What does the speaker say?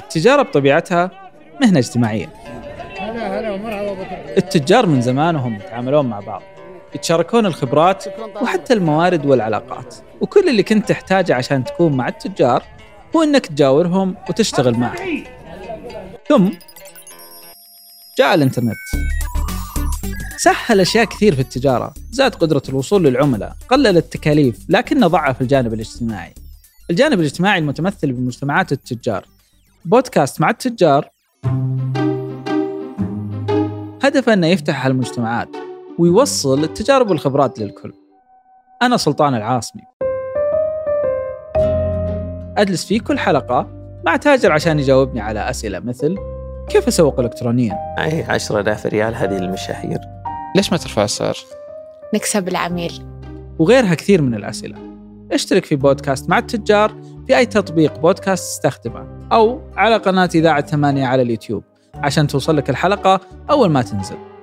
التجارة بطبيعتها مهنة اجتماعية. التجار من زمان وهم يتعاملون مع بعض، يتشاركون الخبرات وحتى الموارد والعلاقات، وكل اللي كنت تحتاجه عشان تكون مع التجار هو إنك تجاورهم وتشتغل معهم. ثم جاء الإنترنت، سهل أشياء كثير في التجارة، زاد قدرة الوصول للعملاء، قلل التكاليف، لكنه ضعف الجانب الاجتماعي. الجانب الاجتماعي المتمثل بمجتمعات التجار. بودكاست مع التجار هدفه أنه يفتح المجتمعات ويوصل التجارب والخبرات للكل. أنا سلطان العاصمي، أجلس في كل حلقة مع تاجر عشان يجاوبني على أسئلة مثل: كيف أسوق إلكترونياً؟ 10,000 ريال هذه المشاهير. ليش ما ترفع السعر؟ نكسب العميل. وغيرها كثير من الأسئلة. اشترك في بودكاست مع التجار في أي تطبيق بودكاست تستخدمه، أو على قناة إذاعة 8 على اليوتيوب عشان توصلك الحلقة أول ما تنزل.